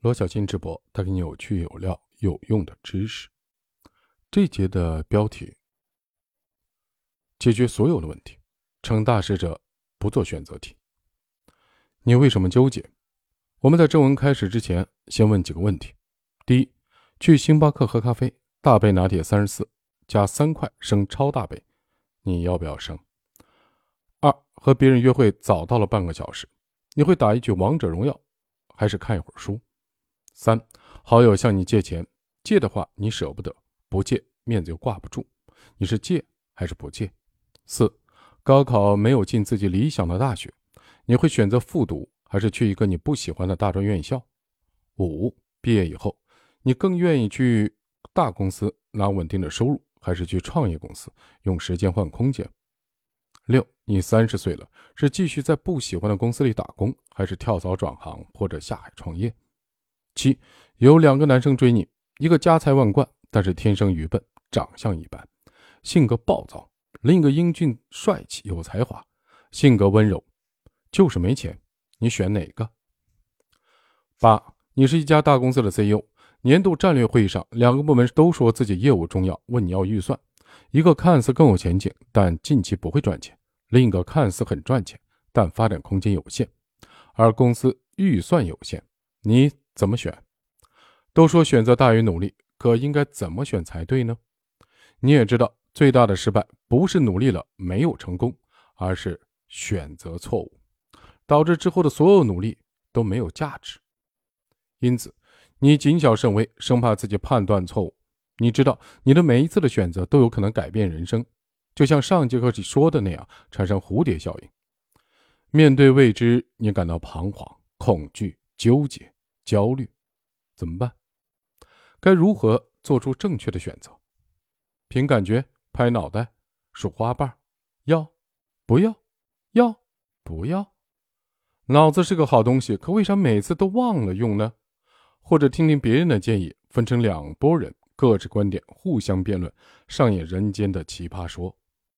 罗小新直播带给你有趣有料有用的知识。这节的标题：解决所有的问题，成大事者不做选择题。你为什么纠结？我们在正文开始之前先问几个问题。第一，去星巴克喝咖啡，大杯拿铁34加3块升超大杯，你要不要升？二，和别人约会早到了半个小时，你会打一局王者荣耀还是看一会儿书？三，好友向你借钱，借的话你舍不得，不借面子又挂不住，你是借还是不借？四，高考没有进自己理想的大学，你会选择复读还是去一个你不喜欢的大专院校？五，毕业以后，你更愿意去大公司拿稳定的收入，还是去创业公司用时间换空间？六，你30岁了，是继续在不喜欢的公司里打工，还是跳槽转行或者下海创业？七，有2个男生追你，一个家财万贯，但是天生愚笨，长相一般，性格暴躁；另一个英俊帅气有才华，性格温柔，就是没钱，你选哪个？八，你是一家大公司的 CEO， 年度战略会议上2个部门都说自己业务重要，问你要预算，一个看似更有前景，但近期不会赚钱，另一个看似很赚钱，但发展空间有限，而公司预算有限，你怎么选？都说选择大于努力，可应该怎么选才对呢？你也知道，最大的失败不是努力了没有成功，而是选择错误，导致之后的所有努力都没有价值。因此，你谨小慎微，生怕自己判断错误。你知道，你的每一次的选择都有可能改变人生，就像上节课里说的那样，产生蝴蝶效应。面对未知，你感到彷徨、恐惧、纠结、焦虑，怎么办？该如何做出正确的选择？凭感觉，拍脑袋，数花瓣，要不要？要不要？脑子是个好东西，可为啥每次都忘了用呢？或者听听别人的建议，分成2拨人，各自观点，互相辩论，上演人间的奇葩说。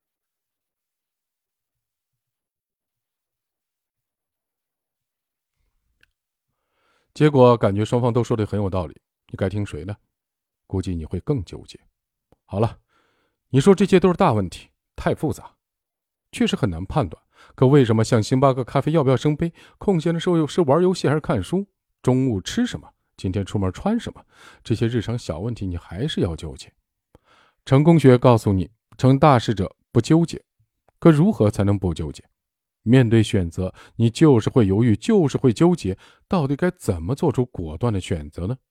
结果感觉双方都说的很有道理，你该听谁呢？估计你会更纠结。好了，你说这些都是大问题，太复杂，确实很难判断。可为什么像星巴克咖啡要不要升杯，空闲的时候是玩游戏还是看书，中午吃什么，今天出门穿什么，这些日常小问题你还是要纠结？成功学告诉你，成大事者不纠结。可如何才能不纠结？面对选择，你就是会犹豫，就是会纠结，到底该怎么做出果断的选择呢？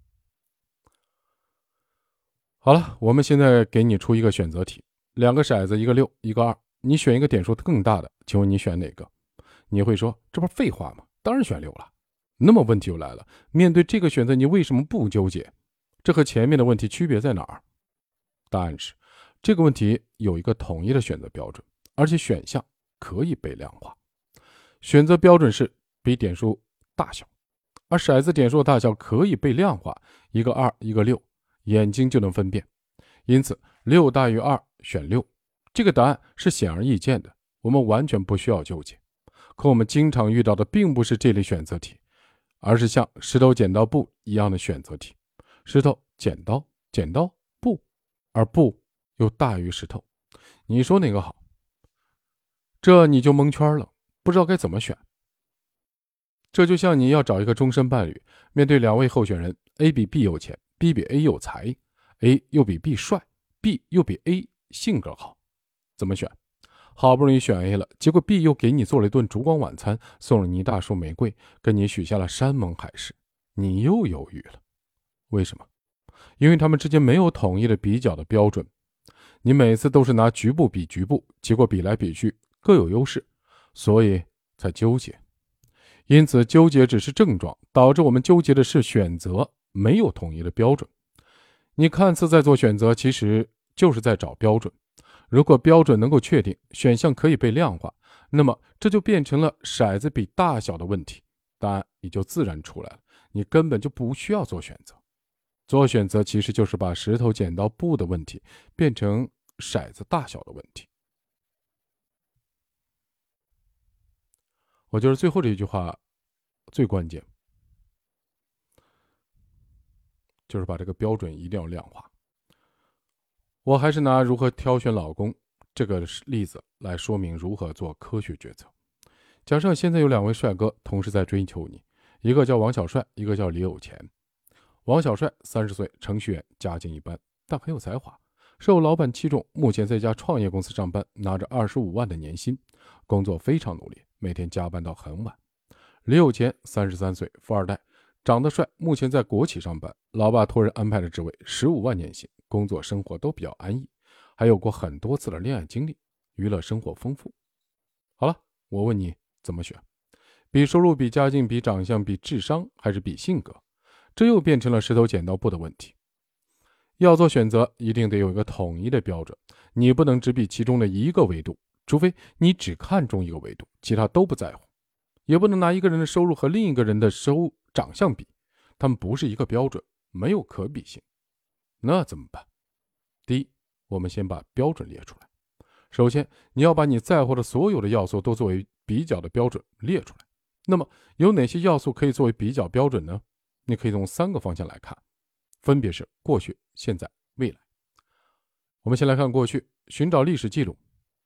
好了，我们现在给你出一个选择题，2个骰子，一个6，一个2，你选一个点数更大的，请问你选哪个？你会说，这不是废话吗？当然选6了。那么问题又来了，面对这个选择，你为什么不纠结？这和前面的问题区别在哪儿？答案是，这个问题有一个统一的选择标准，而且选项可以被量化。选择标准是比点数大小，而骰子点数的大小可以被量化，一个2，一个6，眼睛就能分辨。因此6大于2，选6。这个答案是显而易见的，我们完全不需要纠结。可我们经常遇到的并不是这类选择题，而是像石头剪刀布一样的选择题。石头剪刀，剪刀布，而布又大于石头，你说哪个好？这你就蒙圈了，不知道该怎么选。这就像你要找一个终身伴侣，面对2位候选人， A 比 B 有钱， B 比 A 有才， A 又比 B 帅， B 又比 A 性格好，怎么选？好不容易选 A 了，结果 B 又给你做了一顿烛光晚餐，送了你一大束玫瑰，跟你许下了山盟海誓，你又犹豫了。为什么？因为他们之间没有统一的比较的标准，你每次都是拿局部比局部，结果比来比去各有优势，所以才纠结。因此纠结只是症状，导致我们纠结的是选择，没有统一的标准。你看似在做选择，其实就是在找标准。如果标准能够确定，选项可以被量化，那么这就变成了骰子比大小的问题，答案也就自然出来了，你根本就不需要做选择。做选择其实就是把石头剪刀布的问题变成骰子大小的问题。我觉得最后这一句话最关键。 就是把这个标准一定要量化。我还是拿如何挑选老公这个例子来说明如何做科学决策。假设现在有2位帅哥同时在追求你，一个叫王小帅，一个叫李有钱。王小帅30岁，程序员，家境一般，但很有才华，受老板器重，目前在一家创业公司上班，拿着25万的年薪，工作非常努力，每天加班到很晚。李有钱33岁，富二代，长得帅，目前在国企上班，老爸托人安排的职位，15万年薪，工作生活都比较安逸，还有过很多次的恋爱经历，娱乐生活丰富。好了，我问你怎么选？比收入，比家境，比长相，比智商，还是比性格？这又变成了石头剪刀布的问题。要做选择，一定得有一个统一的标准，你不能只比其中的一个维度，除非你只看重一个维度，其他都不在乎。也不能拿一个人的收入和另一个人的长相比，他们不是一个标准，没有可比性。那怎么办？第一，我们先把标准列出来。首先，你要把你在乎的所有的要素都作为比较的标准列出来。那么，有哪些要素可以作为比较标准呢？你可以从3个方向来看，分别是过去、现在、未来。我们先来看过去，寻找历史记录。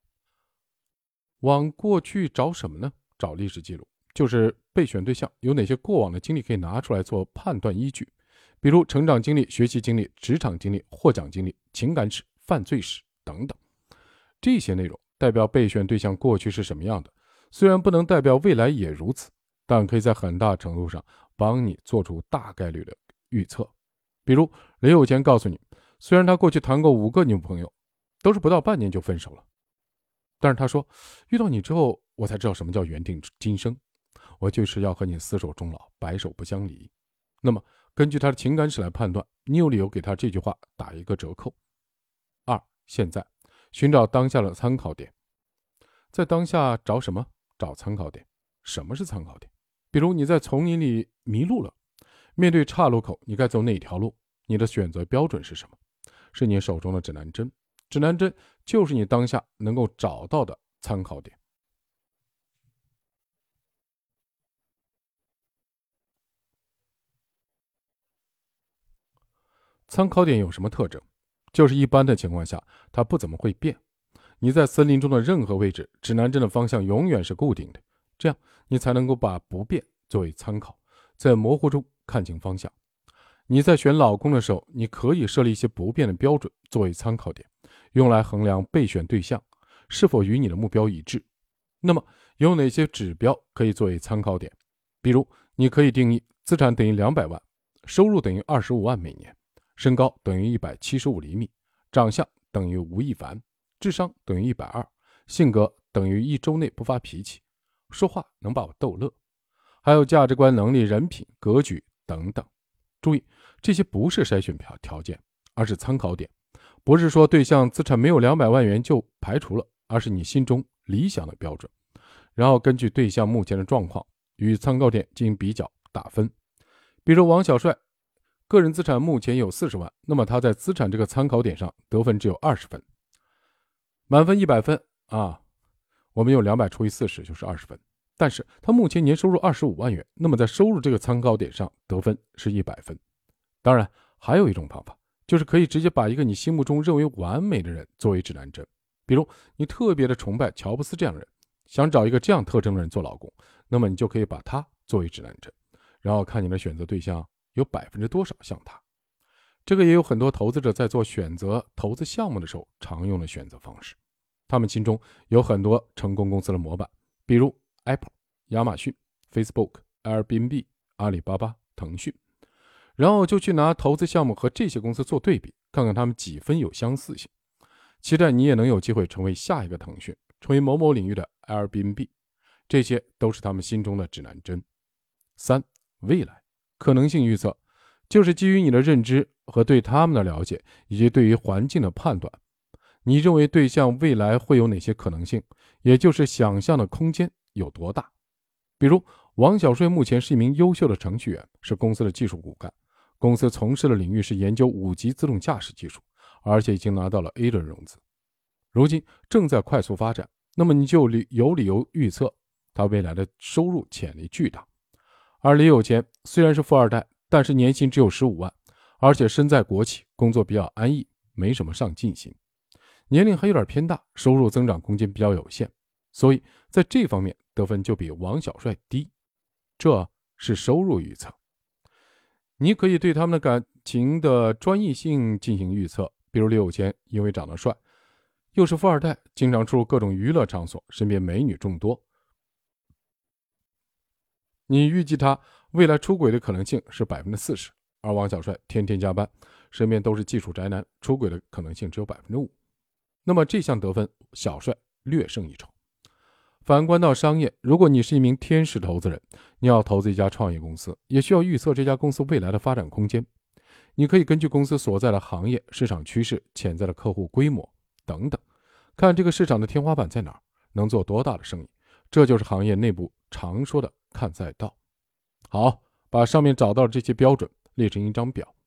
往过去找什么呢？找历史记录，就是备选对象有哪些过往的经历可以拿出来做判断依据，比如成长经历、学习经历、职场经历、获奖经历、情感史、犯罪史等等。这些内容代表备选对象过去是什么样的，虽然不能代表未来也如此，但可以在很大程度上帮你做出大概率的预测。比如李有钱告诉你，虽然他过去谈过5个女朋友，都是不到半年就分手了，但是他说，遇到你之后，我才知道什么叫缘定今生，我就是要和你厮守终老，白首不相离。那么根据他的情感史来判断，你有理由给他这句话打一个折扣。2. 现在寻找当下的参考点。在当下找什么？找参考点。什么是参考点？比如你在丛林里迷路了，面对岔路口，你该走哪条路？你的选择标准是什么？是你手中的指南针。指南针就是你当下能够找到的参考点。参考点有什么特征？就是一般的情况下，它不怎么会变。你在森林中的任何位置，指南针的方向永远是固定的，这样你才能够把不变作为参考，在模糊中看清方向。你在选老公的时候，你可以设立一些不变的标准作为参考点，用来衡量备选对象是否与你的目标一致。那么有哪些指标可以作为参考点？比如你可以定义资产等于200万，收入等于25万每年，身高等于175厘米，长相等于吴亦凡，智商等于120，性格等于1周内不发脾气，说话能把我逗乐，还有价值观、能力、人品、格局等等。注意，这些不是筛选条件，而是参考点。不是说对象资产没有200万元就排除了，而是你心中理想的标准，然后根据对象目前的状况与参考点进行比较打分。比如王小帅个人资产目前有40万，那么他在资产这个参考点上得分只有20分，满分100分啊，我们用200除以40就是20分。但是他目前年收入25万元，那么在收入这个参考点上得分是100分。当然还有一种方法，就是可以直接把一个你心目中认为完美的人作为指南针。比如你特别的崇拜乔布斯这样的人，想找一个这样特征的人做老公，那么你就可以把他作为指南针，然后看你的选择对象有多少像他。这个也有很多投资者在做选择投资项目的时候常用的选择方式。他们心中有很多成功公司的模板，比如Apple、亚马逊、Facebook、Airbnb、阿里巴巴、腾讯，然后就去拿投资项目和这些公司做对比，看看他们几分有相似性。期待你也能有机会成为下一个腾讯，成为某某领域的 Airbnb， 这些都是他们心中的指南针。3. 未来可能性预测，就是基于你的认知和对他们的了解，以及对于环境的判断，你认为对象未来会有哪些可能性，也就是想象的空间有多大。比如王小帅目前是一名优秀的程序员，是公司的技术骨干，公司从事的领域是研究5级自动驾驶技术，而且已经拿到了 A 轮融资，如今正在快速发展，那么你就有理由预测他未来的收入潜力巨大。而李有钱虽然是富二代，但是年薪只有15万， 而且身在国企，工作比较安逸，没什么上进心，年龄还有点偏大，收入增长空间比较有限，所以在这方面得分就比王小帅低。这是收入预测。你可以对他们的感情的专一性进行预测，比如李有钱因为长得帅，又是富二代，经常出入各种娱乐场所，身边美女众多，你预计他未来出轨的可能性是40%，而王小帅天天加班，身边都是技术宅男，出轨的可能性只有5%。那么这项得分，小帅略胜一筹。反观到商业，如果你是一名天使投资人，你要投资一家创业公司，也需要预测这家公司未来的发展空间。你可以根据公司所在的行业、市场趋势、潜在的客户规模等等，看这个市场的天花板在哪儿，能做多大的生意。这就是行业内部常说的看赛道。好，把上面找到的这些标准列成一张表。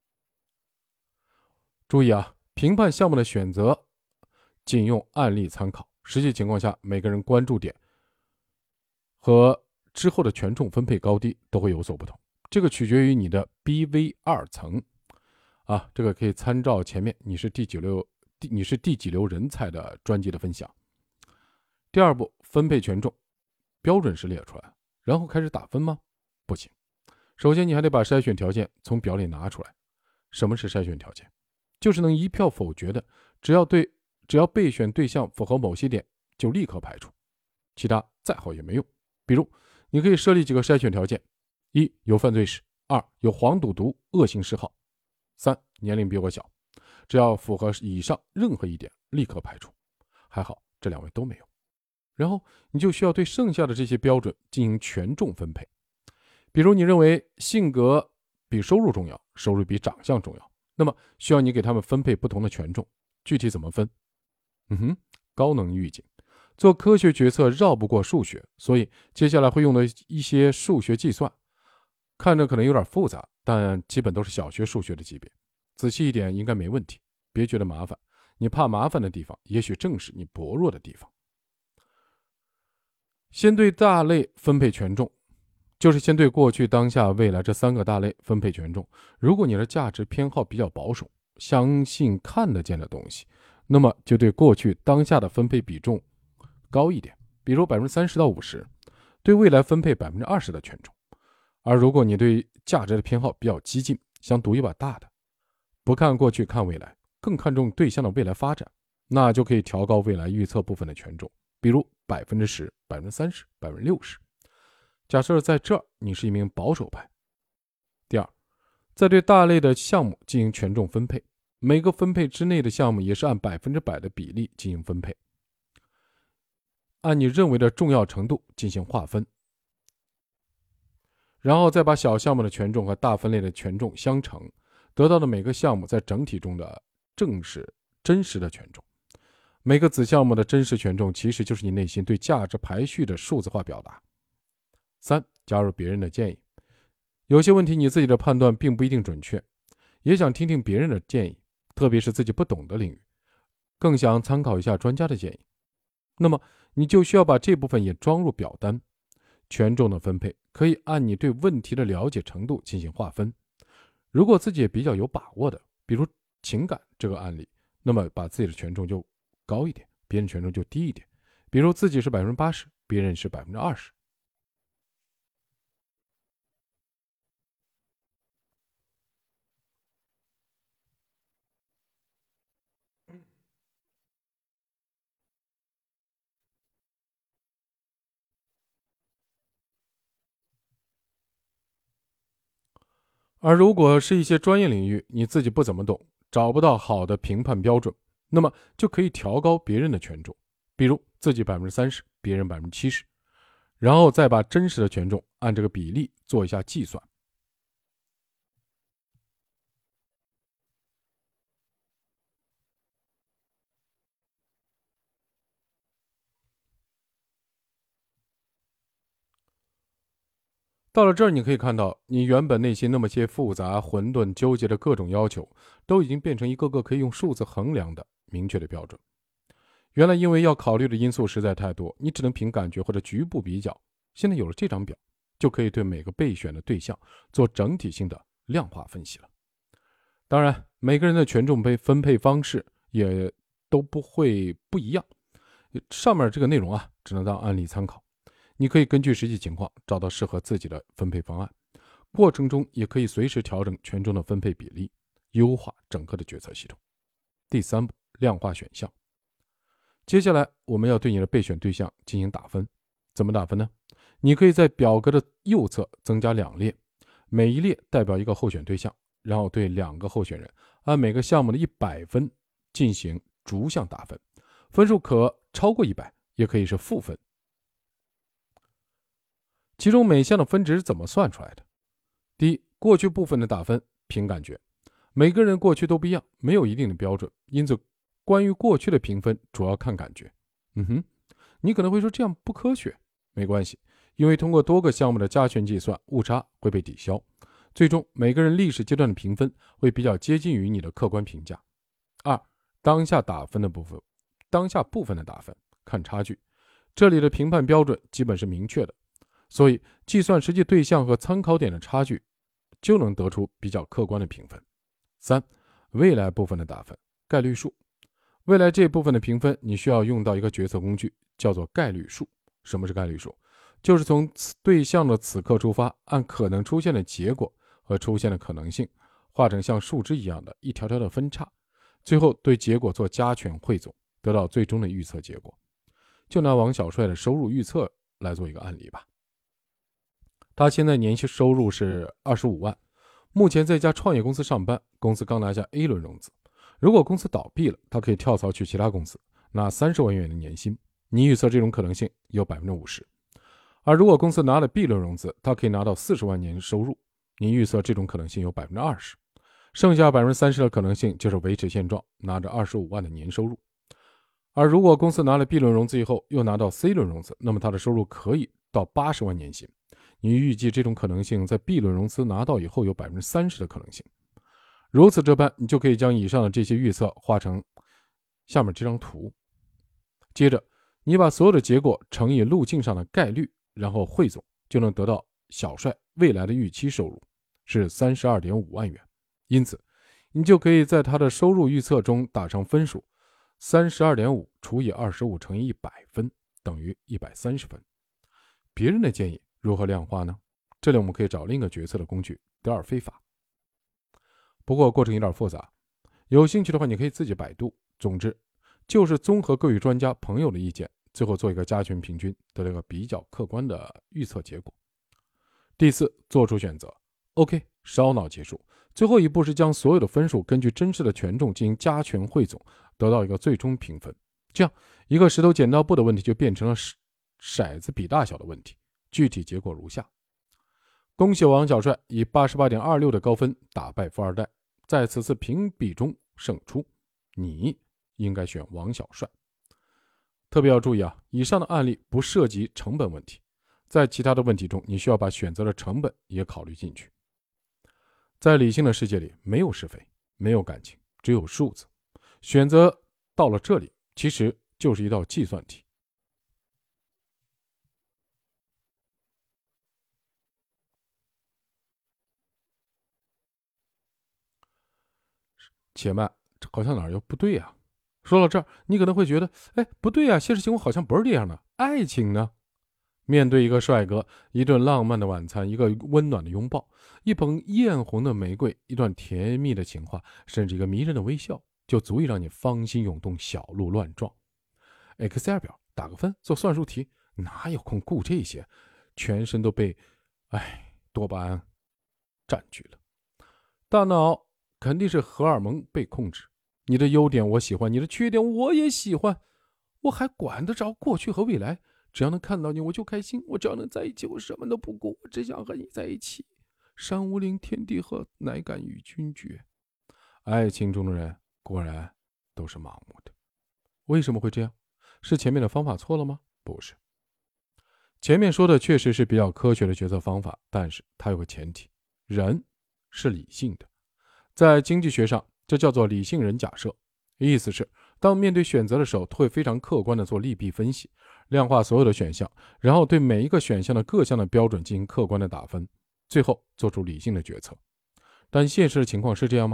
注意啊，评判项目的选择仅用案例参考，实际情况下每个人关注点和之后的权重分配高低都会有所不同，这个取决于你的 BV2 层啊，这个可以参照前面你是第几流人才的专辑的分享。第二步，分配权重，标准是列出来，然后开始打分吗？不行，首先你还得把筛选条件从表里拿出来。什么是筛选条件？就是能一票否决的，只要备选对象符合某些点就立刻排除，其他再好也没用。比如你可以设立几个筛选条件：一、有犯罪史；二、有黄赌毒、恶性嗜好；三、年龄比我小。只要符合以上任何一点立刻排除。还好这两位都没有。然后你就需要对剩下的这些标准进行权重分配。比如你认为性格比收入重要，收入比长相重要，那么需要你给他们分配不同的权重。具体怎么分？高能预警。做科学决策绕不过数学，所以接下来会用的一些数学计算，看着可能有点复杂，但基本都是小学数学的级别。仔细一点应该没问题，别觉得麻烦。你怕麻烦的地方，也许正是你薄弱的地方。先对大类分配权重，就是先对过去、当下、未来这3个大类分配权重。如果你的价值偏好比较保守，相信看得见的东西，那么就对过去、当下的分配比重高一点，比如30%到50%，对未来分配20%的权重。而如果你对价值的偏好比较激进，想赌一把大的，不看过去看未来，更看重对象的未来发展，那就可以调高未来预测部分的权重，比如10%、30%、60%。假设在这儿你是一名保守派。第二，在对大类的项目进行权重分配，每个分配之内的项目也是按100%的比例进行分配，按你认为的重要程度进行划分，然后再把小项目的权重和大分类的权重相乘，得到的每个项目在整体中的真实的权重。每个子项目的真实权重其实就是你内心对价值排序的数字化表达。三、加入别人的建议。有些问题你自己的判断并不一定准确，也想听听别人的建议，特别是自己不懂的领域，更想参考一下专家的建议。那么你就需要把这部分也装入表单。权重的分配可以按你对问题的了解程度进行划分。如果自己也比较有把握的，比如情感这个案例，那么把自己的权重就高一点，别人权重就低一点。比如自己是80%，别人是20%。而如果是一些专业领域，你自己不怎么懂，找不到好的评判标准，那么就可以调高别人的权重，比如自己30%，别人70%，然后再把真实的权重按这个比例做一下计算。到了这儿，你可以看到，你原本内心那么些复杂、混沌、纠结的各种要求，都已经变成一个个可以用数字衡量的明确的标准。原来因为要考虑的因素实在太多，你只能凭感觉或者局部比较。现在有了这张表，就可以对每个备选的对象做整体性的量化分析了。 当然，每个人的权重分配方式也都不一样。上面这个内容啊，只能当案例参考。你可以根据实际情况找到适合自己的分配方案，过程中也可以随时调整权重的分配比例，优化整个的决策系统。第3步，量化选项。接下来我们要对你的备选对象进行打分。怎么打分呢？你可以在表格的右侧增加2列，每一列代表一个候选对象，然后对2个候选人按每个项目的100分进行逐项打分，分数可超过100，也可以是负分。其中每项的分值是怎么算出来的？第一，过去部分的打分凭感觉，每个人过去都不一样，没有一定的标准，因此关于过去的评分主要看感觉。你可能会说这样不科学，没关系，因为通过多个项目的加权计算，误差会被抵消，最终每个人历史阶段的评分会比较接近于你的客观评价。2，当下部分的打分看差距，这里的评判标准基本是明确的，所以计算实际对象和参考点的差距，就能得出比较客观的评分。3，未来部分的打分概率数。未来这部分的评分，你需要用到一个决策工具，叫做概率数。什么是概率数？就是从对象的此刻出发，按可能出现的结果和出现的可能性，画成像树枝一样的一条条的分叉，最后对结果做加权汇总，得到最终的预测结果。就拿王小帅的收入预测来做一个案例吧。他现在年薪收入是25万，目前在一家创业公司上班，公司刚拿下 A 轮融资。如果公司倒闭了，他可以跳槽去其他公司，拿30万元的年薪。你预测这种可能性有 50%。而如果公司拿了 B 轮融资，他可以拿到40万年收入，你预测这种可能性有 20%。剩下 30% 的可能性就是维持现状，拿着25万的年收入。而如果公司拿了 B 轮融资以后又拿到 C 轮融资，那么他的收入可以到80万年薪。你预计这种可能性在 B 轮融资拿到以后有 30% 的可能性。如此这般，你就可以将以上的这些预测画成下面这张图。接着你把所有的结果乘以路径上的概率，然后汇总，就能得到小帅未来的预期收入是 32.5 万元。因此你就可以在他的收入预测中打上分数， 32.5 除以25乘以100分等于130分。别人的建议如何量化呢？这里我们可以找另一个决策的工具，德尔菲法。不过过程有点复杂，有兴趣的话你可以自己百度。总之就是综合各位专家朋友的意见，最后做一个加权平均，得到一个比较客观的预测结果。第4，做出选择。 OK， 烧脑结束。最后一步是将所有的分数根据真实的权重进行加权汇总，得到一个最终评分。这样一个石头剪刀布的问题就变成了骰子比大小的问题。具体结果如下：恭喜王小帅以 88.26 的高分打败富二代，在此次评比中胜出，你应该选王小帅。特别要注意啊，以上的案例不涉及成本问题，在其他的问题中你需要把选择的成本也考虑进去。在理性的世界里，没有是非，没有感情，只有数字。选择到了这里，其实就是一道计算题。且慢，好像哪儿又不对啊。说到这儿，你可能会觉得，不对啊，现实情况好像不是这样的。爱情呢？面对一个帅哥，一顿浪漫的晚餐，一个温暖的拥抱，一捧艳红的玫瑰，一段甜蜜的情话，甚至一个迷人的微笑，就足以让你芳心涌动，小鹿乱撞。Excel 表打个分，做算术题，哪有空顾这些？全身都被多巴胺占据了。大脑肯定是荷尔蒙被控制，你的优点我喜欢，你的缺点我也喜欢，我还管得着过去和未来？只要能看到你我就开心，我只要能在一起我什么都不顾，我只想和你在一起。山无陵，天地合，乃敢与君绝。爱情中的人果然都是盲目的。为什么会这样？是前面的方法错了吗？不是，前面说的确实是比较科学的决策方法，但是它有个前提，人是理性的。在经济学上，这叫做理性人假设，意思是当面对选择的时候，会非常客观的做利弊分析，量化所有的选项，然后对每一个选项的各项的标准进行客观的打分，最后做出理性的决策。但现实的情况是这样吗？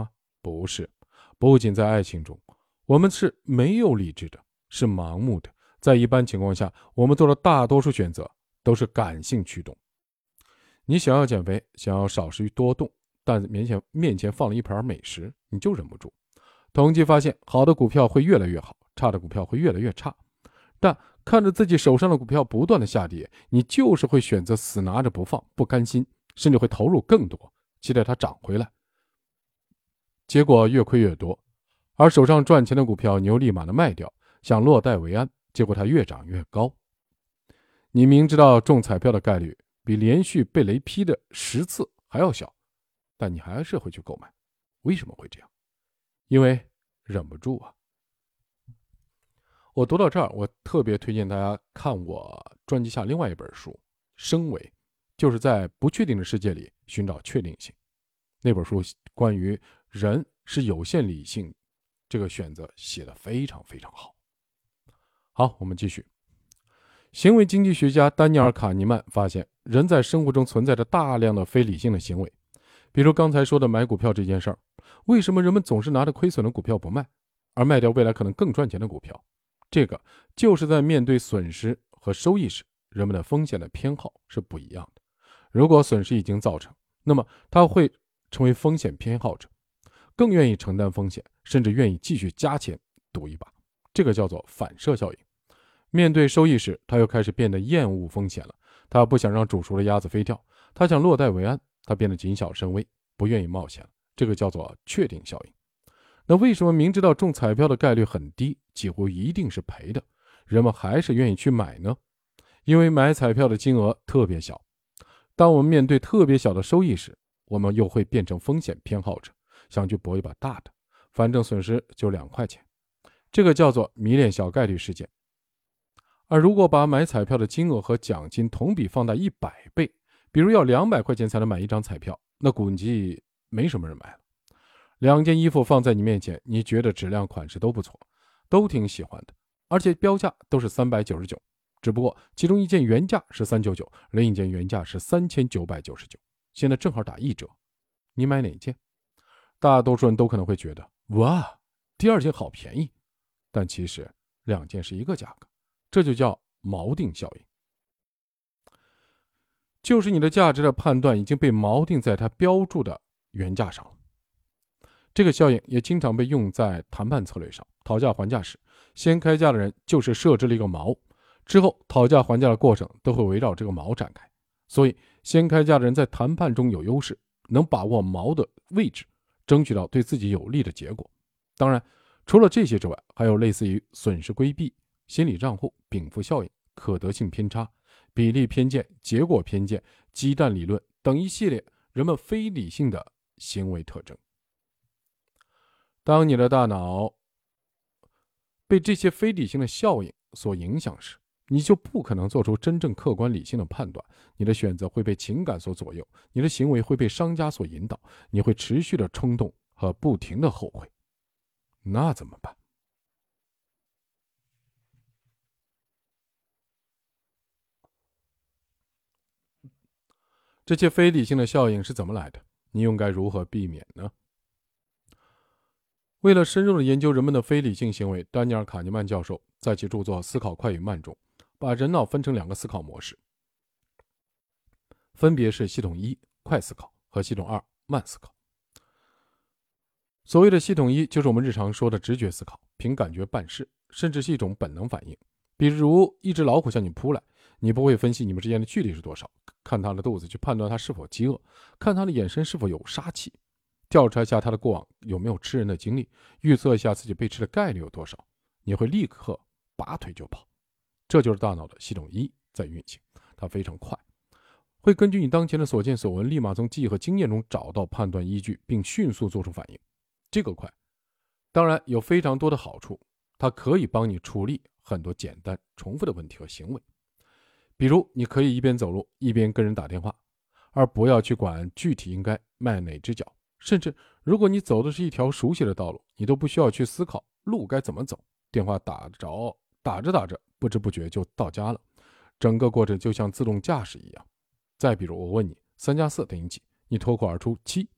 不是，不仅在爱情中，我们是没有理智的，是盲目的。在一般情况下，我们做的大多数选择都是感性驱动。你想要减肥，想要少食多动，但面前放了一盘美食，你就忍不住。统计发现，好的股票会越来越好，差的股票会越来越差。但看着自己手上的股票不断的下跌，你就是会选择死拿着不放，不甘心，甚至会投入更多，期待它涨回来。结果越亏越多，而手上赚钱的股票你又立马的卖掉，想落袋为安，结果它越涨越高。你明知道中彩票的概率比连续被雷劈的10次还要小，但你还是会去购买。为什么会这样？因为忍不住啊。我读到这儿，我特别推荐大家看我专辑下另外一本书《升维》，就是在不确定的世界里寻找确定性。那本书关于人是有限理性这个选择写得非常非常好。好，我们继续。行为经济学家丹尼尔·卡尼曼发现，人在生活中存在着大量的非理性的行为，比如刚才说的买股票这件事儿。为什么人们总是拿着亏损的股票不卖，而卖掉未来可能更赚钱的股票？这个就是在面对损失和收益时，人们的风险的偏好是不一样的。如果损失已经造成，那么他会成为风险偏好者，更愿意承担风险，甚至愿意继续加钱赌一把。这个叫做反射效应。面对收益时，他又开始变得厌恶风险了。他不想让煮熟的鸭子飞掉，他想落袋为安，他变得谨小慎微，不愿意冒险了。这个叫做确定效应。那为什么明知道中彩票的概率很低，几乎一定是赔的，人们还是愿意去买呢？因为买彩票的金额特别小。当我们面对特别小的收益时，我们又会变成风险偏好者，想去搏一把大的，反正损失就2块钱。这个叫做迷恋小概率事件。而如果把买彩票的金额和奖金同比放大100倍，比如要200块钱才能买一张彩票，那估计没什么人买了。2件衣服放在你面前，你觉得质量款式都不错，都挺喜欢的，而且标价都是399，只不过其中一件原价是399，另一件原价是3999，现在正好打1折。你买哪件？大多数人都可能会觉得，哇，第二件好便宜，但其实2件是一个价格，这就叫锚定效应。就是你的价值的判断已经被锚定在它标注的原价上了。这个效应也经常被用在谈判策略上，讨价还价时，先开价的人就是设置了一个锚，之后讨价还价的过程都会围绕这个锚展开。所以先开价的人在谈判中有优势，能把握锚的位置，争取到对自己有利的结果。当然，除了这些之外，还有类似于损失规避、心理账户、禀赋效应、可得性偏差、比例偏见、结果偏见、鸡蛋理论等一系列人们非理性的行为特征。当你的大脑被这些非理性的效应所影响时，你就不可能做出真正客观理性的判断，你的选择会被情感所左右，你的行为会被商家所引导，你会持续的冲动和不停的后悔。那怎么办？这些非理性的效应是怎么来的？你又该如何避免呢？为了深入的研究人们的非理性行为，丹尼尔·卡尼曼教授在其著作《思考快与慢》中，把人脑分成2个思考模式，分别是系统1快思考和系统2慢思考。所谓的系统1就是我们日常说的直觉思考，凭感觉办事，甚至是一种本能反应。比如一只老虎向你扑来，你不会分析你们之间的距离是多少，看它的肚子去判断它是否饥饿，看它的眼神是否有杀气，调查一下他的过往有没有吃人的经历，预测一下自己被吃的概率有多少，你会立刻拔腿就跑。这就是大脑的系统1在运行，它非常快，会根据你当前的所见所闻，立马从记忆和经验中找到判断依据，并迅速做出反应。这个快当然有非常多的好处，它可以帮你处理很多简单重复的问题和行为。比如你可以一边走路一边跟人打电话，而不要去管具体应该迈哪只脚。甚至如果你走的是一条熟悉的道路，你都不需要去思考路该怎么走，电话打着不知不觉就到家了，整个过程就像自动驾驶一样。再比如我问你3+4等于几，你脱口而出7，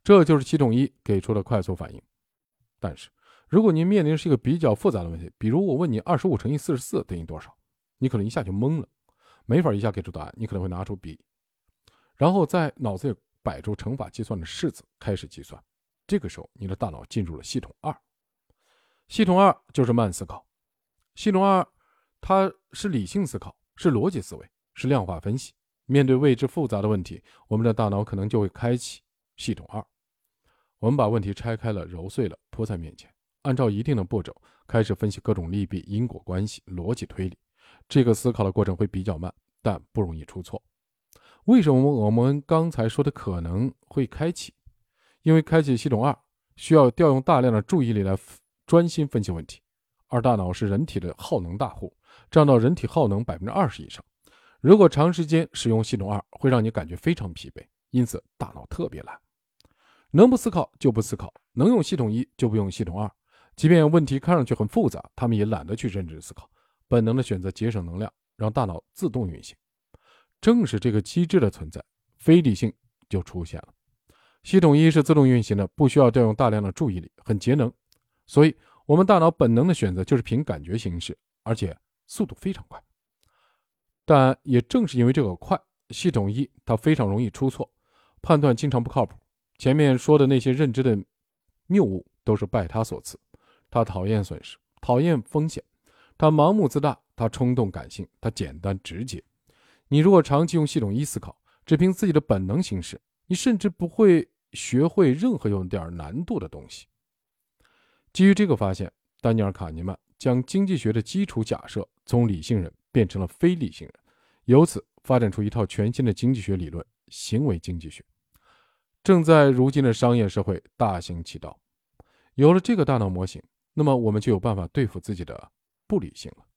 这就是系统一给出的快速反应。但是如果您面临的是一个比较复杂的问题，比如我问你25乘以44等于多少，你可能一下就懵了，没法一下给出答案。你可能会拿出笔，然后在脑子里摆出乘法计算的式子开始计算。这个时候你的大脑进入了系统2。系统2就是慢思考。系统2它是理性思考，是逻辑思维，是量化分析。面对未知复杂的问题，我们的大脑可能就会开启系统2。我们把问题拆开了，揉碎了，铺在面前，按照一定的步骤开始分析各种利弊、因果关系、逻辑推理。这个思考的过程会比较慢，但不容易出错。为什么我们刚才说的可能会开启？因为开启系统2需要调用大量的注意力来专心分析问题，而大脑是人体的耗能大户，占到人体耗能 20% 以上。如果长时间使用系统2，会让你感觉非常疲惫，因此大脑特别懒。能不思考就不思考，能用系统1就不用系统2。即便问题看上去很复杂，他们也懒得去认知思考，本能的选择节省能量，让大脑自动运行。正是这个机制的存在，非理性就出现了。系统1是自动运行的，不需要调用大量的注意力，很节能。所以我们大脑本能的选择就是凭感觉行事，而且速度非常快。但也正是因为这个快，系统1它非常容易出错，判断经常不靠谱。前面说的那些认知的谬误都是拜他所赐。他讨厌损失，讨厌风险，他盲目自大，他冲动感性，他简单直接。你如果长期用系统1思考，只凭自己的本能行事，你甚至不会学会任何有点难度的东西。基于这个发现，丹尼尔·卡尼曼将经济学的基础假设从理性人变成了非理性人，由此发展出一套全新的经济学理论——行为经济学，正在如今的商业社会大行其道。有了这个大脑模型，那么我们就有办法对付自己的不理性了。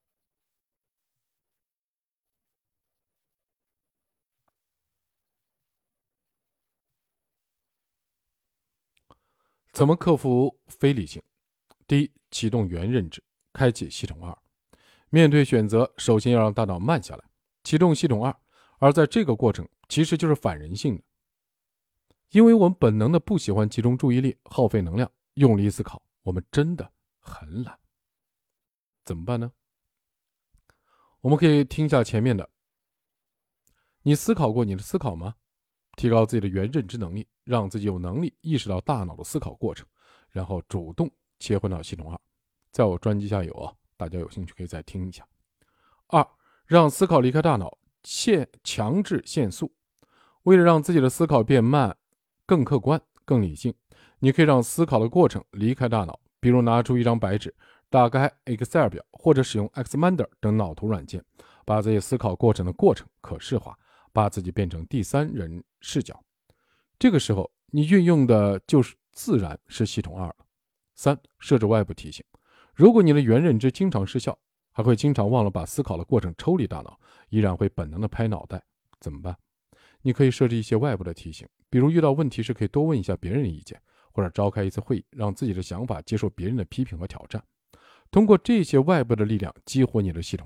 怎么克服非理性？第一，启动原认知，开启系统2。面对选择，首先要让大脑慢下来，启动系统2。而在这个过程其实就是反人性的，因为我们本能的不喜欢集中注意力，耗费能量，用力思考，我们真的很懒。怎么办呢？我们可以听一下前面的。你思考过你的思考吗？提高自己的原认知能力，让自己有能力意识到大脑的思考过程，然后主动切换到系统2。在我专辑下有大家有兴趣可以再听一下。2，让思考离开大脑，强制限速。为了让自己的思考变慢、更客观、更理性，你可以让思考的过程离开大脑，比如拿出一张白纸，打开 Excel 表，或者使用 Xminder 等脑图软件，把自己思考过程的过程可视化，把自己变成第三人视角。这个时候你运用的就是自然是系统2了。3，设置外部提醒。如果你的原认知经常失效，还会经常忘了把思考的过程抽离大脑，依然会本能的拍脑袋，怎么办？你可以设置一些外部的提醒，比如遇到问题时可以多问一下别人的意见，或者召开一次会议，让自己的想法接受别人的批评和挑战，通过这些外部的力量激活你的系统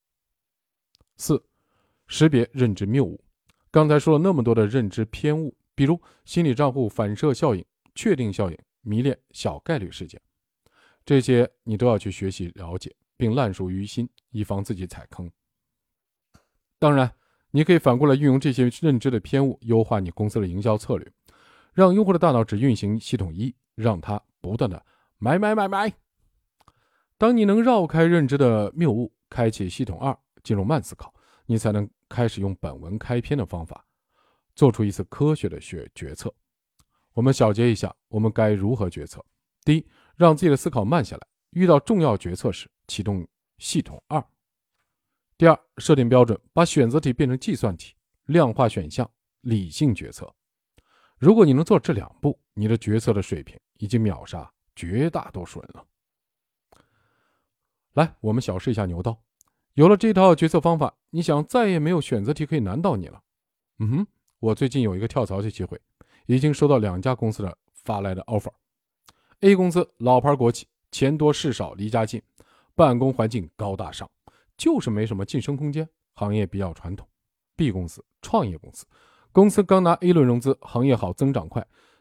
2。4，识别认知谬误。刚才说了那么多的认知偏误，比如心理账户反射效应、确定效应、迷恋、小概率事件，这些你都要去学习了解，并烂熟于心，以防自己踩坑。当然你可以反过来运用这些认知的偏误，优化你公司的营销策略，让用户的大脑只运行系统1，让它不断的买。当你能绕开认知的谬误，开启系统2，进入慢思考，你才能开始用本文开篇的方法做出一次科学的决策。我们小结一下，我们该如何决策。第一，让自己的思考慢下来，遇到重要决策时启动系统2。第二，设定标准，把选择题变成计算题，量化选项，理性决策。如果你能做这2步，你的决策的水平已经秒杀绝大多数人了。来，我们小试一下牛刀。有了这套决策方法，你想再也没有选择题可以难到你了。我最近有一个跳槽的机会，已经收到2家公司的发来的 offer。A 公司老牌国企，钱多事少离家近，办公环境高大上，就是没什么晋升空间，行业比较传统。B 公司创业公司，公司刚拿 A 轮融资，行业好，增长快，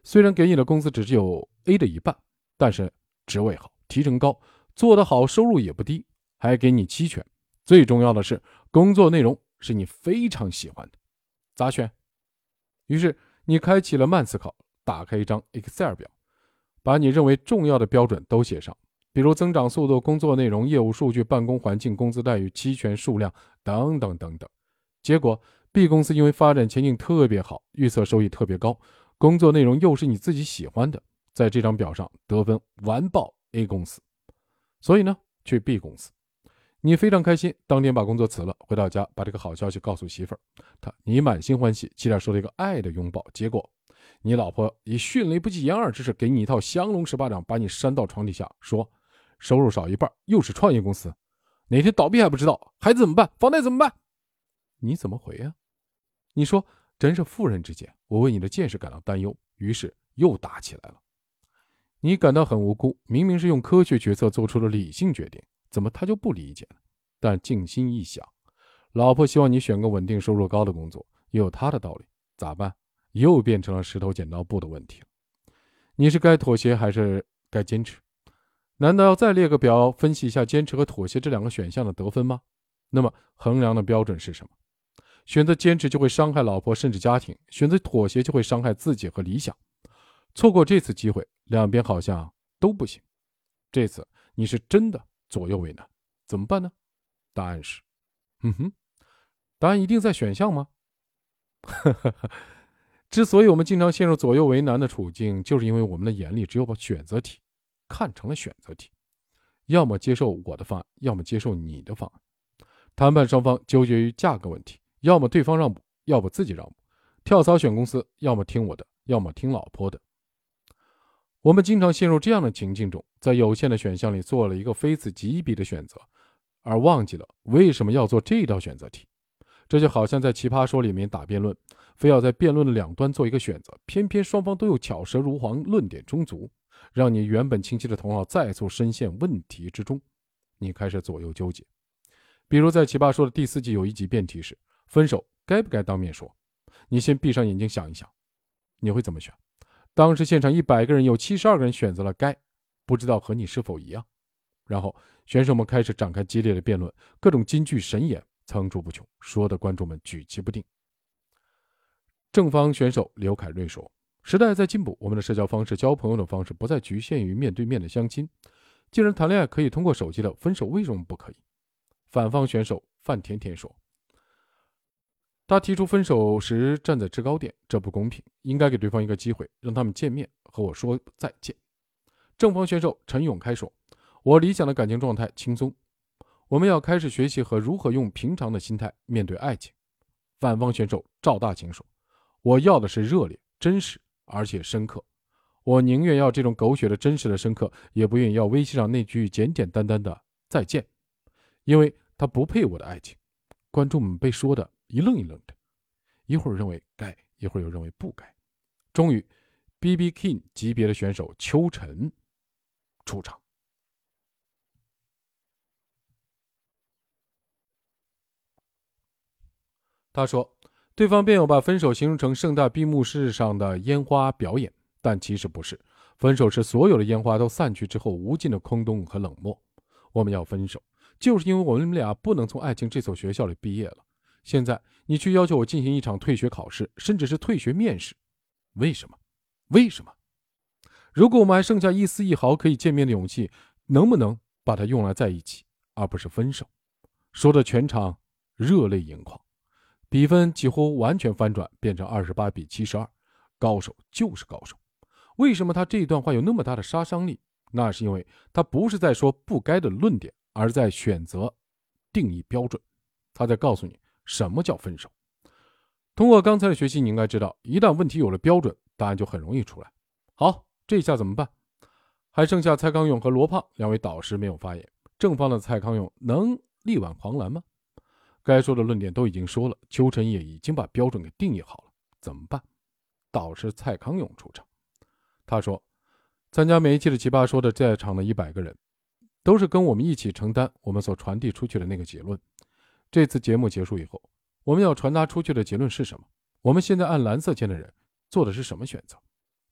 虽然给你的工资只有 A 的一半，但是职位好，提成高，做得好，收入也不低，还给你期权。最重要的是，工作内容是你非常喜欢的，咋选？于是你开启了慢思考，打开一张 Excel 表，把你认为重要的标准都写上，比如增长速度、工作内容、业务数据、办公环境、工资待遇、期权数量等等等等。结果 B 公司因为发展前景特别好，预测收益特别高，工作内容又是你自己喜欢的，在这张表上得分完爆 A 公司。所以呢，去 B 公司。你非常开心，当天把工作辞了，回到家把这个好消息告诉媳妇儿，你满心欢喜，期待收到一个爱的拥抱。结果你老婆以迅雷不及掩耳之势给你一套降龙十八掌，把你扇到床底下，说收入少一半，又是创业公司，哪天倒闭还不知道，孩子怎么办，房贷怎么办？你怎么回啊？你说真是妇人之见，我为你的见识感到担忧，于是又打起来了。你感到很无辜，明明是用科学决策做出了理性决定，怎么他就不理解呢？但静心一想，老婆希望你选个稳定收入高的工作，也有她的道理，咋办？又变成了石头剪刀布的问题了。你是该妥协还是该坚持？难道要再列个表分析一下坚持和妥协这两个选项的得分吗？那么衡量的标准是什么？选择坚持就会伤害老婆甚至家庭，选择妥协就会伤害自己和理想。错过这次机会，两边好像都不行。这次你是真的左右为难，怎么办呢？答案是，答案一定在选项吗？之所以我们经常陷入左右为难的处境，就是因为我们的眼里只有把选择题看成了选择题，要么接受我的方案，要么接受你的方案。谈判双方纠结于价格问题，要么对方让步，要么自己让步。跳槽选公司，要么听我的，要么听老婆的。我们经常陷入这样的情境中，在有限的选项里做了一个非此即彼的选择，而忘记了为什么要做这道选择题。这就好像在奇葩说里面打辩论，非要在辩论的两端做一个选择，偏偏双方都有巧舌如簧，论点充足，让你原本清晰的头脑再次深陷问题之中，你开始左右纠结。比如在奇葩说的第4季有一集辩题是分手该不该当面说，你先闭上眼睛想一想，你会怎么选？当时现场100个人有72个人选择了该，不知道和你是否一样。然后选手们开始展开激烈的辩论，各种金句神言层出不穷，说的观众们举棋不定。正方选手刘凯瑞说，时代在进步，我们的社交方式、交朋友的方式不再局限于面对面的相亲，既然谈恋爱可以通过手机的，分手为什么不可以？反方选手范甜甜说，他提出分手时站在制高点，这不公平，应该给对方一个机会，让他们见面和我说再见。正方选手陈永开说，我理想的感情状态轻松，我们要开始学习和如何用平常的心态面对爱情。反方选手赵大晴说，我要的是热烈、真实而且深刻，我宁愿要这种狗血的真实的深刻，也不愿意要微信上那句简简单单的再见，因为他不配我的爱情。观众们被说的一愣一愣的，一会儿认为该，一会儿又认为不该。终于 BB King 级别的选手邱晨出场。他说，对方辩友把分手形容成盛大闭幕式上的烟花表演，但其实不是，分手是所有的烟花都散去之后无尽的空洞和冷漠。我们要分手，就是因为我们俩不能从爱情这所学校里毕业了。现在你去要求我进行一场退学考试，甚至是退学面试，为什么？为什么？如果我们还剩下一丝一毫可以见面的勇气，能不能把它用来在一起，而不是分手？说的全场热泪盈眶，比分几乎完全翻转，变成28比72，高手就是高手。为什么他这一段话有那么大的杀伤力？那是因为他不是在说不该的论点，而在选择定义标准。他在告诉你什么叫分手。通过刚才的学习，你应该知道，一旦问题有了标准，答案就很容易出来。好，这下怎么办？还剩下蔡康永和罗胖两位导师没有发言。正方的蔡康永能力挽狂澜吗？该说的论点都已经说了，邱晨也已经把标准给定义好了，怎么办？导师蔡康永出场。他说，参加每一期的奇葩说的在场的100个人，都是跟我们一起承担我们所传递出去的那个结论。这次节目结束以后，我们要传达出去的结论是什么？我们现在按蓝色键的人做的是什么选择？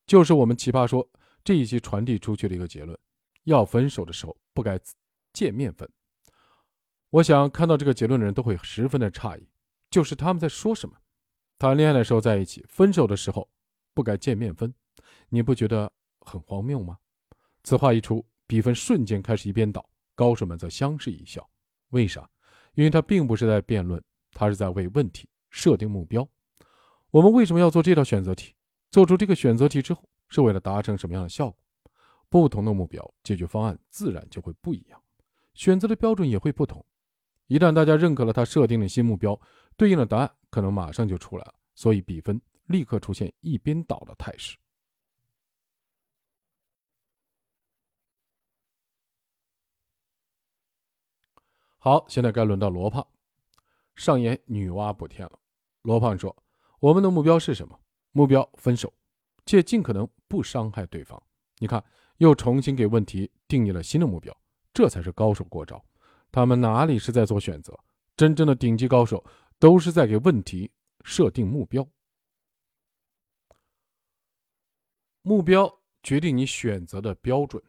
就是我们奇葩说这一期传递出去的一个结论：要分手的时候不该见面分。我想看到这个结论的人都会十分的诧异，就是他们在说什么？谈恋爱的时候在一起，分手的时候不该见面分，你不觉得很荒谬吗？此话一出，比分瞬间开始一边倒，高手们则相视一笑。为啥？因为他并不是在辩论，他是在为问题设定目标。我们为什么要做这道选择题？做出这个选择题之后，是为了达成什么样的效果？不同的目标，解决方案自然就会不一样，选择的标准也会不同。一旦大家认可了他设定的新目标，对应的答案可能马上就出来了，所以比分立刻出现一边倒的态势。好，现在该轮到罗胖。上演女娲补天了。罗胖说：“我们的目标是什么？目标分手，且尽可能不伤害对方。”你看，又重新给问题定义了新的目标，这才是高手过招。他们哪里是在做选择？真正的顶级高手都是在给问题设定目标。目标决定你选择的标准，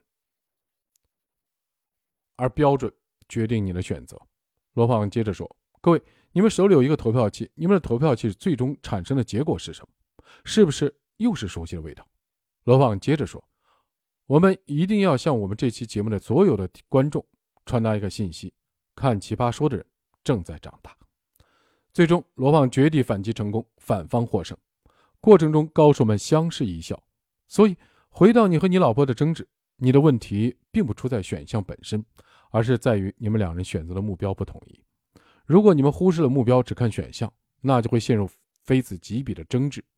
而标准决定你的选择。罗胖接着说：“各位，你们手里有一个投票器，你们的投票器最终产生的结果是什么？是不是又是熟悉的味道？”罗胖接着说：“我们一定要向我们这期节目的所有的观众传达一个信息：看奇葩说的人正在长大。”最终，罗胖绝地反击成功，反方获胜。过程中，高手们相视一笑。所以，回到你和你老婆的争执，你的问题并不出在选项本身，而是在于你们两人选择的目标不统一。如果你们忽视了目标，只看选项，那就会陷入非此即彼的争执。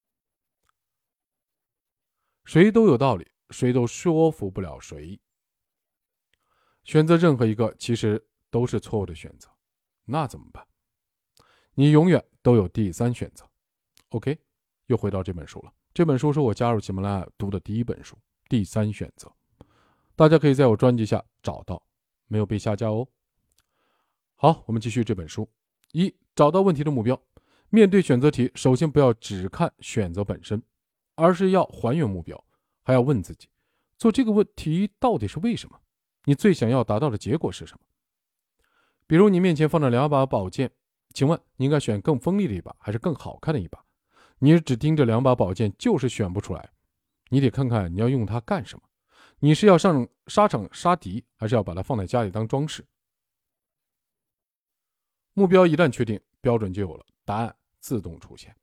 谁都有道理，谁都说服不了谁。选择任何一个其实都是错误的选择，那怎么办？你永远都有第三选择。OK， 又回到这本书了。这本书是我加入喜马拉雅读的第一本书，第三选择。大家可以在我专辑下找到，没有被下架哦。好，我们继续这本书。一、找到问题的目标。面对选择题，首先不要只看选择本身，而是要还原目标，还要问自己，做这个问题到底是为什么？你最想要达到的结果是什么？比如你面前放着两把宝剑，请问你应该选更锋利的一把，还是更好看的一把？你只盯着两把宝剑就是选不出来，你得看看你要用它干什么。你是要上沙场杀敌，还是要把它放在家里当装饰？目标一旦确定，标准就有了，答案自动出现。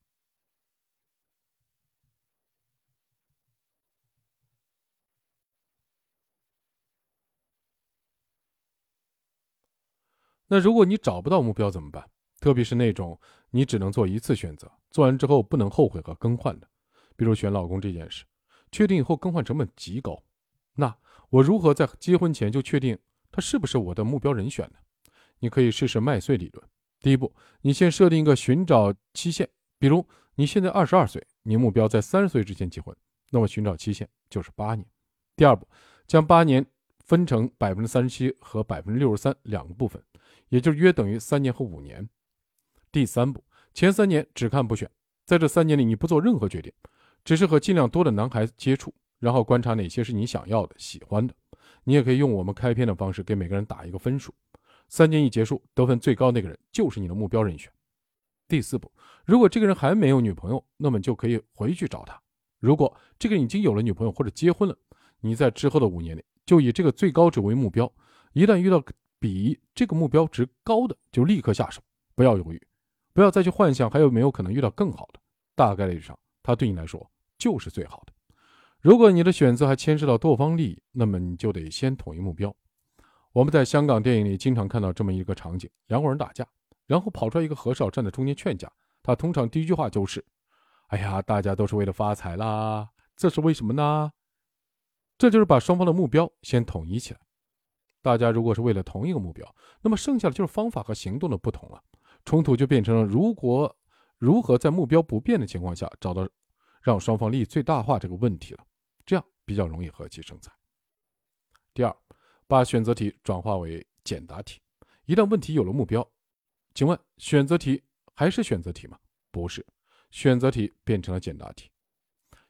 那如果你找不到目标怎么办？特别是那种你只能做一次选择，做完之后不能后悔和更换的，比如选老公这件事，确定以后更换成本极高。那我如何在结婚前就确定他是不是我的目标人选呢？你可以试试麦穗理论。第一步，你先设定一个寻找期限，比如你现在22岁，你目标在30岁之前结婚，那么寻找期限就是8年。第二步，将8年分成37%和63%两个部分，也就约等于3年和5年。第三步，前3年只看不选，在这3年里你不做任何决定，只是和尽量多的男孩子接触，然后观察哪些是你想要的、喜欢的。你也可以用我们开篇的方式给每个人打一个分数，3年一结束，得分最高那个人就是你的目标人选。第四步，如果这个人还没有女朋友，那么你就可以回去找他。如果这个人已经有了女朋友或者结婚了，你在之后的5年里就以这个最高值为目标，一旦遇到比这个目标值高的，就立刻下手，不要犹豫，不要再去幻想还有没有可能遇到更好的，大概率上他对你来说就是最好的。如果你的选择还牵涉到多方利益，那么你就得先统一目标。我们在香港电影里经常看到这么一个场景，两伙人打架，然后跑出来一个和尚站在中间劝架，他通常第一句话就是：哎呀，大家都是为了发财啦，这是为什么呢？这就是把双方的目标先统一起来。大家如果是为了同一个目标，那么剩下的就是方法和行动的不同了，冲突就变成了如何在目标不变的情况下找到让双方利益最大化这个问题了，这样比较容易和气生财。第二，把选择题转化为简答题。一旦问题有了目标，请问选择题还是选择题吗？不是，选择题变成了简答题。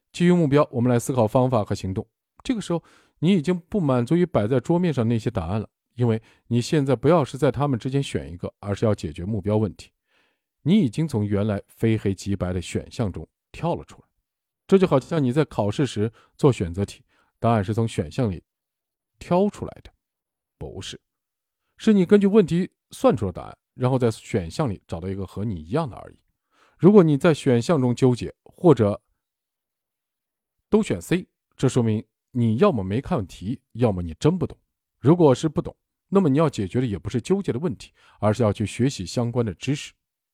基于目标，我们来思考方法和行动。这个时候，你已经不满足于摆在桌面上那些答案了，因为你现在不要是在他们之间选一个，而是要解决目标问题。你已经从原来非黑即白的选项中跳了出来。这就好像你在考试时做选择题，答案是从选项里挑出来的，不是，是你根据问题算出了答案，然后在选项里找到一个和你一样的而已。如果你在选项中纠结，或者都选 C， 这说明你要么没看题，要么你真不懂。如果是不懂，那么你要解决的也不是纠结的问题，而是要去学习相关的知识。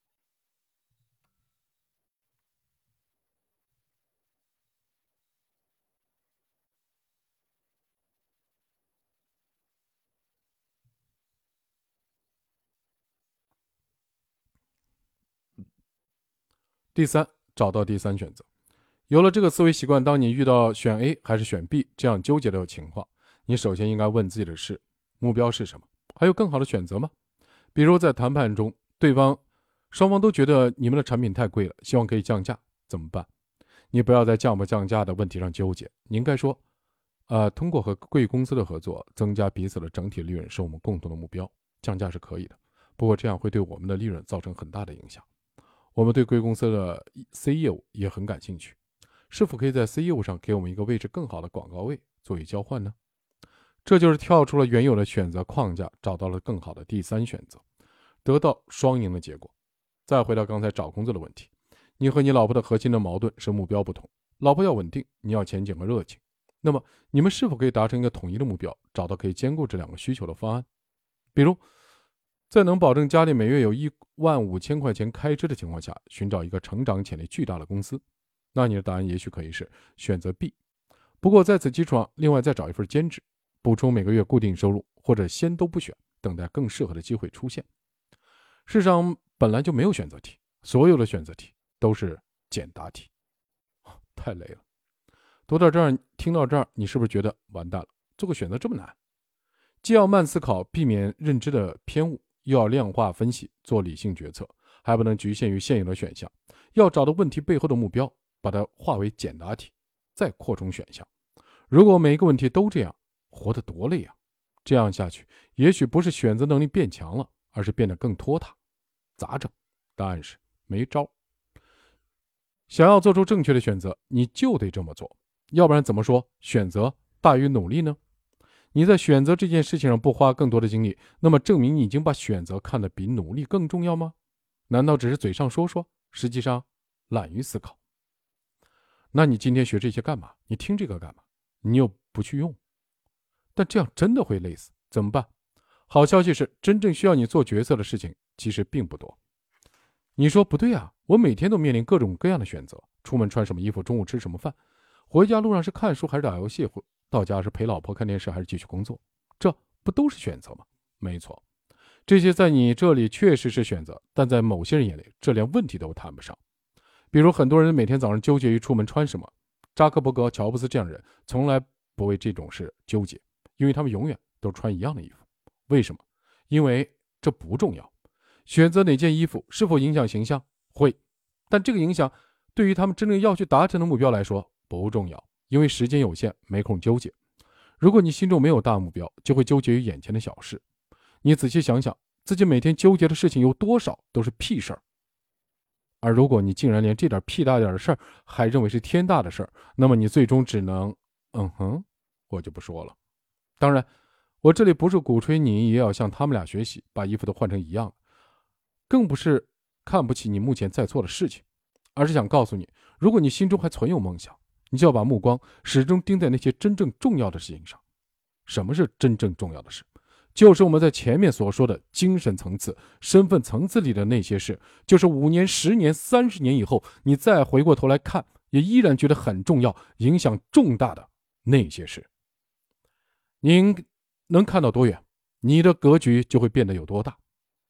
第三，找到第三选择。有了这个思维习惯，当你遇到选 A 还是选 B 这样纠结的情况，你首先应该问自己的是：目标是什么？还有更好的选择吗？比如在谈判中，双方都觉得你们的产品太贵了，希望可以降价，怎么办？你不要在降不降价的问题上纠结，你应该说：通过和贵公司的合作，增加彼此的整体利润是我们共同的目标，降价是可以的，不过这样会对我们的利润造成很大的影响。我们对贵公司的 C 业务也很感兴趣，是否可以在 C 业务上给我们一个位置更好的广告位作为交换呢？这就是跳出了原有的选择框架，找到了更好的第三选择，得到双赢的结果。再回到刚才找工作的问题，你和你老婆的核心的矛盾是目标不同，老婆要稳定，你要前景和热情。那么你们是否可以达成一个统一的目标，找到可以兼顾这两个需求的方案？比如在能保证家里每月有15000块钱开支的情况下，寻找一个成长潜力巨大的公司，那你的答案也许可以是选择 B。 不过在此基础上，另外再找一份兼职，补充每个月固定收入，或者先都不选，等待更适合的机会出现。世上本来就没有选择题，所有的选择题都是简答题。太累了。读到这儿，听到这儿，你是不是觉得完蛋了？做个选择这么难？既要慢思考，避免认知的偏误，又要量化分析，做理性决策，还不能局限于现有的选项，要找到问题背后的目标，把它化为简答题，再扩充选项。如果每一个问题都这样，活得多累啊！这样下去，也许不是选择能力变强了，而是变得更拖沓。咋整？答案是没招。想要做出正确的选择，你就得这么做，要不然怎么说选择大于努力呢？你在选择这件事情上不花更多的精力，那么证明你已经把选择看得比努力更重要吗？难道只是嘴上说说，实际上懒于思考？那你今天学这些干嘛？你听这个干嘛？你又不去用，但这样真的会累死，怎么办？好消息是，真正需要你做决策的事情其实并不多。你说不对啊，我每天都面临各种各样的选择，出门穿什么衣服，中午吃什么饭，回家路上是看书还是打游戏，到家是陪老婆看电视还是继续工作，这不都是选择吗？没错，这些在你这里确实是选择，但在某些人眼里，这连问题都谈不上。比如很多人每天早上纠结于出门穿什么，扎克伯格、乔布斯这样的人从来不为这种事纠结，因为他们永远都穿一样的衣服。为什么？因为这不重要。选择哪件衣服是否影响形象？会，但这个影响对于他们真正要去达成的目标来说不重要，因为时间有限，没空纠结。如果你心中没有大目标，就会纠结于眼前的小事。你仔细想想，自己每天纠结的事情有多少都是屁事儿。而如果你竟然连这点屁大点的事儿还认为是天大的事儿，那么你最终只能我就不说了。当然，我这里不是鼓吹你也要向他们俩学习，把衣服都换成一样的，更不是看不起你目前在做的事情，而是想告诉你，如果你心中还存有梦想，你就要把目光始终盯在那些真正重要的事情上。什么是真正重要的事？就是我们在前面所说的精神层次、身份层次里的那些事，就是5年、10年、30年以后，你再回过头来看，也依然觉得很重要、影响重大的那些事。您能看到多远，你的格局就会变得有多大。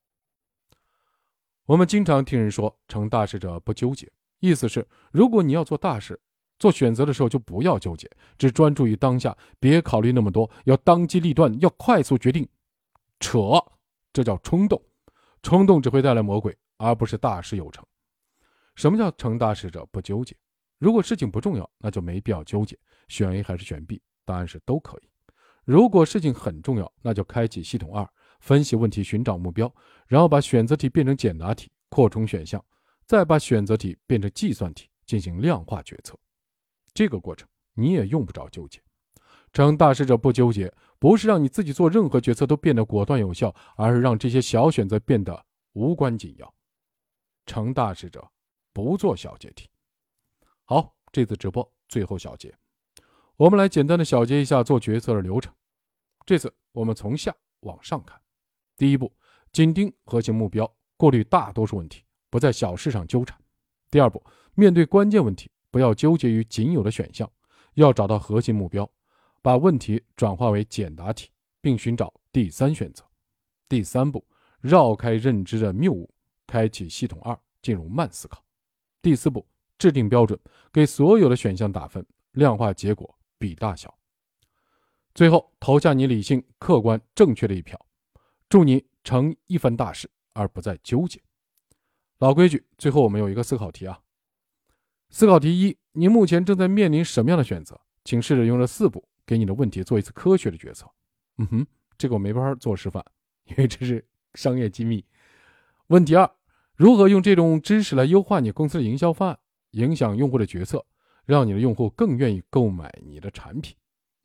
我们经常听人说成大事者不纠结，意思是如果你要做大事，做选择的时候就不要纠结，只专注于当下，别考虑那么多，要当机立断，要快速决定。扯，这叫冲动，冲动只会带来魔鬼，而不是大事有成。什么叫成大事者不纠结？ 如果事情不重要，那就没必要纠结选 A 还是选 B， 答案是都可以。如果事情很重要，那就开启系统2，分析问题，寻找目标，然后把选择题变成简答题，扩充选项，再把选择题变成计算题，进行量化决策。这个过程你也用不着纠结。成大事者不纠结，不是让你自己做任何决策都变得果断有效，而是让这些小选择变得无关紧要。成大事者不做小结题。好，这次直播最后小结，我们来简单的小结一下做决策的流程。这次我们从下往上看。第一步，紧盯核心目标，过滤大多数问题，不在小事上纠缠。第二步，面对关键问题，不要纠结于仅有的选项，要找到核心目标，把问题转化为简答题，并寻找第三选择。第三步，绕开认知的谬误，开启系统2，进入慢思考。第四步，制定标准，给所有的选项打分，量化结果，比大小。最后投下你理性、客观、正确的一票，祝你成一番大事，而不再纠结。老规矩，最后我们有一个思考题啊。思考题1，你目前正在面临什么样的选择？请试着用这4步给你的问题做一次科学的决策。这个我没法做示范，因为这是商业机密。问题2，如何用这种知识来优化你公司的营销方案，影响用户的决策，让你的用户更愿意购买你的产品？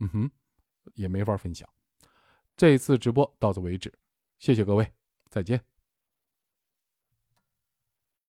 也没法分享。这次直播到此为止，谢谢各位，再见。